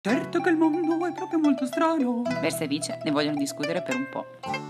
Certo che il mondo è proprio molto strano. Versa e Vice ne vogliono discutere per un po'.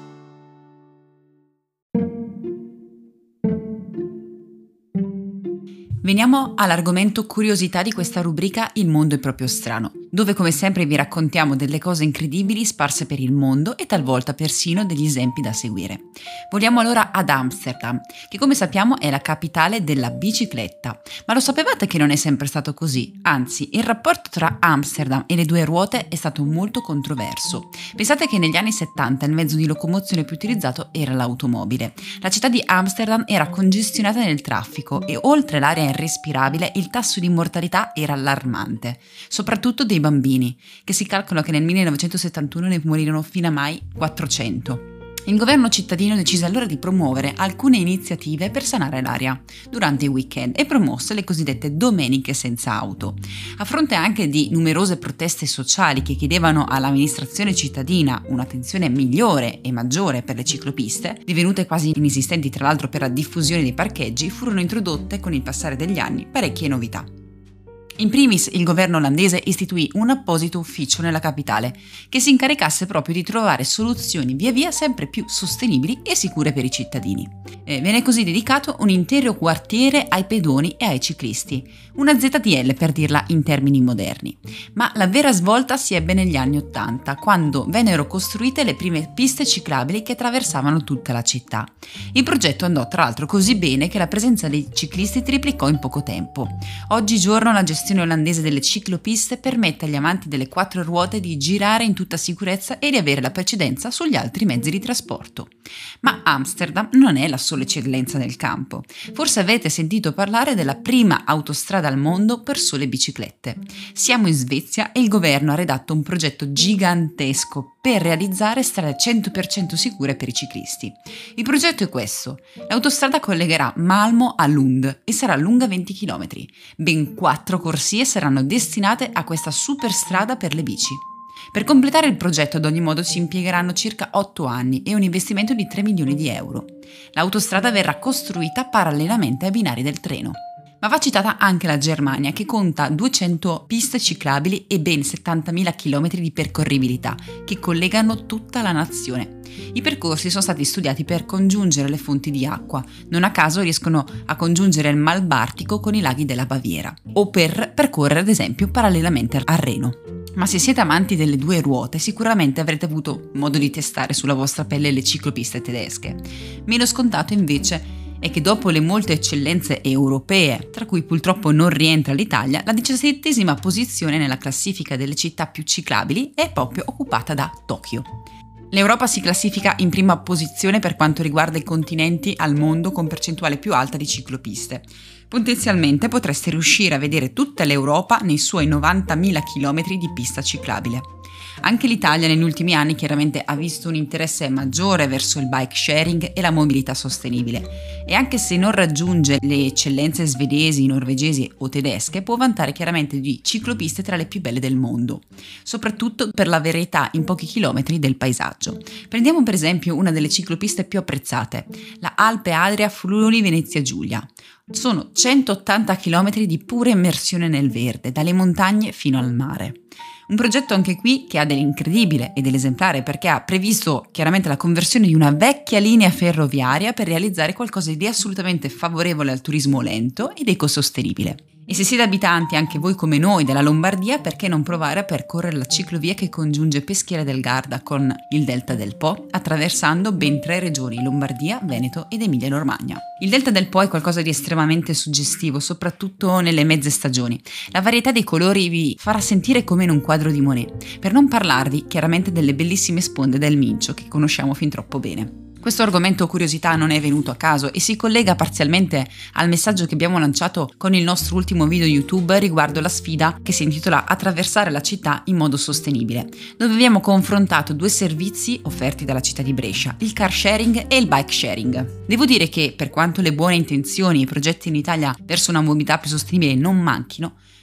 Veniamo all'argomento curiosità di questa rubrica Il mondo è proprio strano, dove come sempre vi raccontiamo delle cose incredibili sparse per il mondo e talvolta persino degli esempi da seguire. Voliamo allora ad Amsterdam, che come sappiamo è la capitale della bicicletta. Ma lo sapevate che non è sempre stato così? Anzi, il rapporto tra Amsterdam e le due ruote è stato molto controverso. Pensate che negli anni 70 il mezzo di locomozione più utilizzato era l'automobile. La città di Amsterdam era congestionata nel traffico e oltre l'area irrespirabile il tasso di mortalità era allarmante, soprattutto dei bambini, che si calcola che nel 1971 ne morirono fino a mai 400. Il governo cittadino decise allora di promuovere alcune iniziative per sanare l'area durante i weekend e promosse le cosiddette domeniche senza auto. A fronte anche di numerose proteste sociali che chiedevano all'amministrazione cittadina un'attenzione migliore e maggiore per le ciclopiste, divenute quasi inesistenti tra l'altro per la diffusione dei parcheggi, furono introdotte con il passare degli anni parecchie novità. In primis, il governo olandese istituì un apposito ufficio nella capitale che si incaricasse proprio di trovare soluzioni via via sempre più sostenibili e sicure per i cittadini. Venne così dedicato un intero quartiere ai pedoni e ai ciclisti, una ZTL per dirla in termini moderni. Ma la vera svolta si ebbe negli anni '80, quando vennero costruite le prime piste ciclabili che attraversavano tutta la città. Il progetto andò tra l'altro così bene che la presenza dei ciclisti triplicò in poco tempo. Oggigiorno la gestione olandese delle ciclopiste permette agli amanti delle quattro ruote di girare in tutta sicurezza e di avere la precedenza sugli altri mezzi di trasporto. Ma Amsterdam non è la sola eccellenza del campo. Forse avete sentito parlare della prima autostrada al mondo per sole biciclette. Siamo in Svezia e il governo ha redatto un progetto gigantesco per realizzare strade 100% sicure per i ciclisti. Il progetto è questo: l'autostrada collegherà Malmö a Lund e sarà lunga 20 km. Ben 4 corsie saranno destinate a questa superstrada per le bici. Per completare il progetto ad ogni modo si impiegheranno circa 8 anni e un investimento di 3 milioni di euro. L'autostrada verrà costruita parallelamente ai binari del treno. Ma va citata anche la Germania, che conta 200 piste ciclabili e ben 70.000 km di percorribilità, che collegano tutta la nazione. I percorsi sono stati studiati per congiungere le fonti di acqua, non a caso riescono a congiungere il Mar Baltico con i laghi della Baviera, o per percorrere ad esempio parallelamente al Reno. Ma se siete amanti delle due ruote, sicuramente avrete avuto modo di testare sulla vostra pelle le ciclopiste tedesche. Meno scontato invece è che dopo le molte eccellenze europee, tra cui purtroppo non rientra l'Italia, la 17ª posizione nella classifica delle città più ciclabili è proprio occupata da Tokyo. L'Europa si classifica in prima posizione per quanto riguarda i continenti al mondo con percentuale più alta di ciclopiste. Potenzialmente potreste riuscire a vedere tutta l'Europa nei suoi 90.000 km di pista ciclabile. Anche l'Italia negli ultimi anni chiaramente ha visto un interesse maggiore verso il bike sharing e la mobilità sostenibile e anche se non raggiunge le eccellenze svedesi, norvegesi o tedesche, può vantare chiaramente di ciclopiste tra le più belle del mondo, soprattutto per la varietà in pochi chilometri del paesaggio. Prendiamo per esempio una delle ciclopiste più apprezzate, la Alpe Adria Friuli Venezia Giulia. Sono 180 km di pura immersione nel verde, dalle montagne fino al mare. Un progetto anche qui che ha dell'incredibile e dell'esemplare perché ha previsto chiaramente la conversione di una vecchia linea ferroviaria per realizzare qualcosa di assolutamente favorevole al turismo lento ed ecosostenibile. E se siete abitanti anche voi come noi della Lombardia, perché non provare a percorrere la ciclovia che congiunge Peschiera del Garda con il Delta del Po, attraversando ben 3 regioni, Lombardia, Veneto ed Emilia-Romagna. Il Delta del Po è qualcosa di estremamente suggestivo, soprattutto nelle mezze stagioni. La varietà dei colori vi farà sentire come in un quadro di Monet, per non parlarvi chiaramente delle bellissime sponde del Mincio che conosciamo fin troppo bene. Questo argomento curiosità non è venuto a caso e si collega parzialmente al messaggio che abbiamo lanciato con il nostro ultimo video YouTube riguardo la sfida che si intitola Attraversare la città in modo sostenibile, dove abbiamo confrontato 2 servizi offerti dalla città di Brescia, il car sharing e il bike sharing. Devo dire che per quanto le buone intenzioni e i progetti in Italia verso una mobilità più sostenibile non manchino,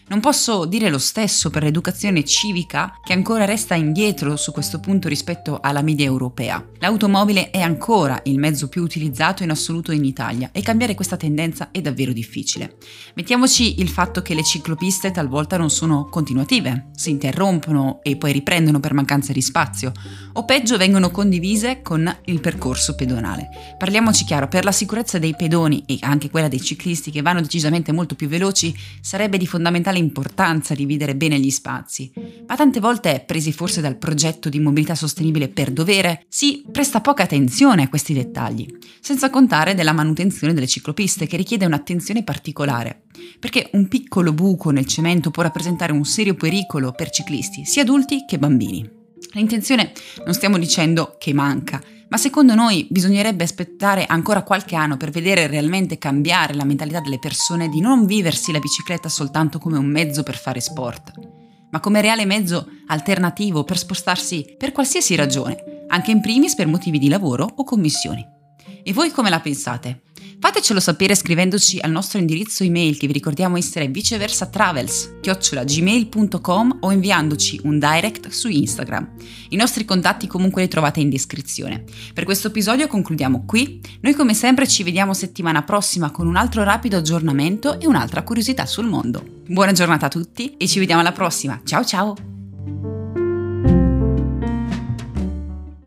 Non posso dire lo stesso per l'educazione civica, che ancora resta indietro su questo punto rispetto alla media europea. L'automobile è ancora il mezzo più utilizzato in assoluto in Italia e cambiare questa tendenza è davvero difficile. Mettiamoci il fatto che le ciclopiste talvolta non sono continuative, si interrompono e poi riprendono per mancanza di spazio, o peggio vengono condivise con il percorso pedonale. Parliamoci chiaro, per la sicurezza dei pedoni e anche quella dei ciclisti che vanno decisamente molto più veloci, sarebbe di fondamentale importanza dividere bene gli spazi, ma tante volte, presi forse dal progetto di mobilità sostenibile per dovere, si presta poca attenzione a questi dettagli, senza contare della manutenzione delle ciclopiste che richiede un'attenzione particolare, perché un piccolo buco nel cemento può rappresentare un serio pericolo per ciclisti, sia adulti che bambini. L'intenzione non stiamo dicendo che manca, ma secondo noi bisognerebbe aspettare ancora qualche anno per vedere realmente cambiare la mentalità delle persone di non viversi la bicicletta soltanto come un mezzo per fare sport, ma come reale mezzo alternativo per spostarsi per qualsiasi ragione, anche in primis per motivi di lavoro o commissioni. E voi come la pensate? Fatecelo sapere scrivendoci al nostro indirizzo email, che vi ricordiamo essere viceversatravels@gmail.com, o inviandoci un direct su Instagram. I nostri contatti comunque li trovate in descrizione. Per questo episodio concludiamo qui. Noi come sempre ci vediamo settimana prossima con un altro rapido aggiornamento e un'altra curiosità sul mondo. Buona giornata a tutti e ci vediamo alla prossima. Ciao ciao!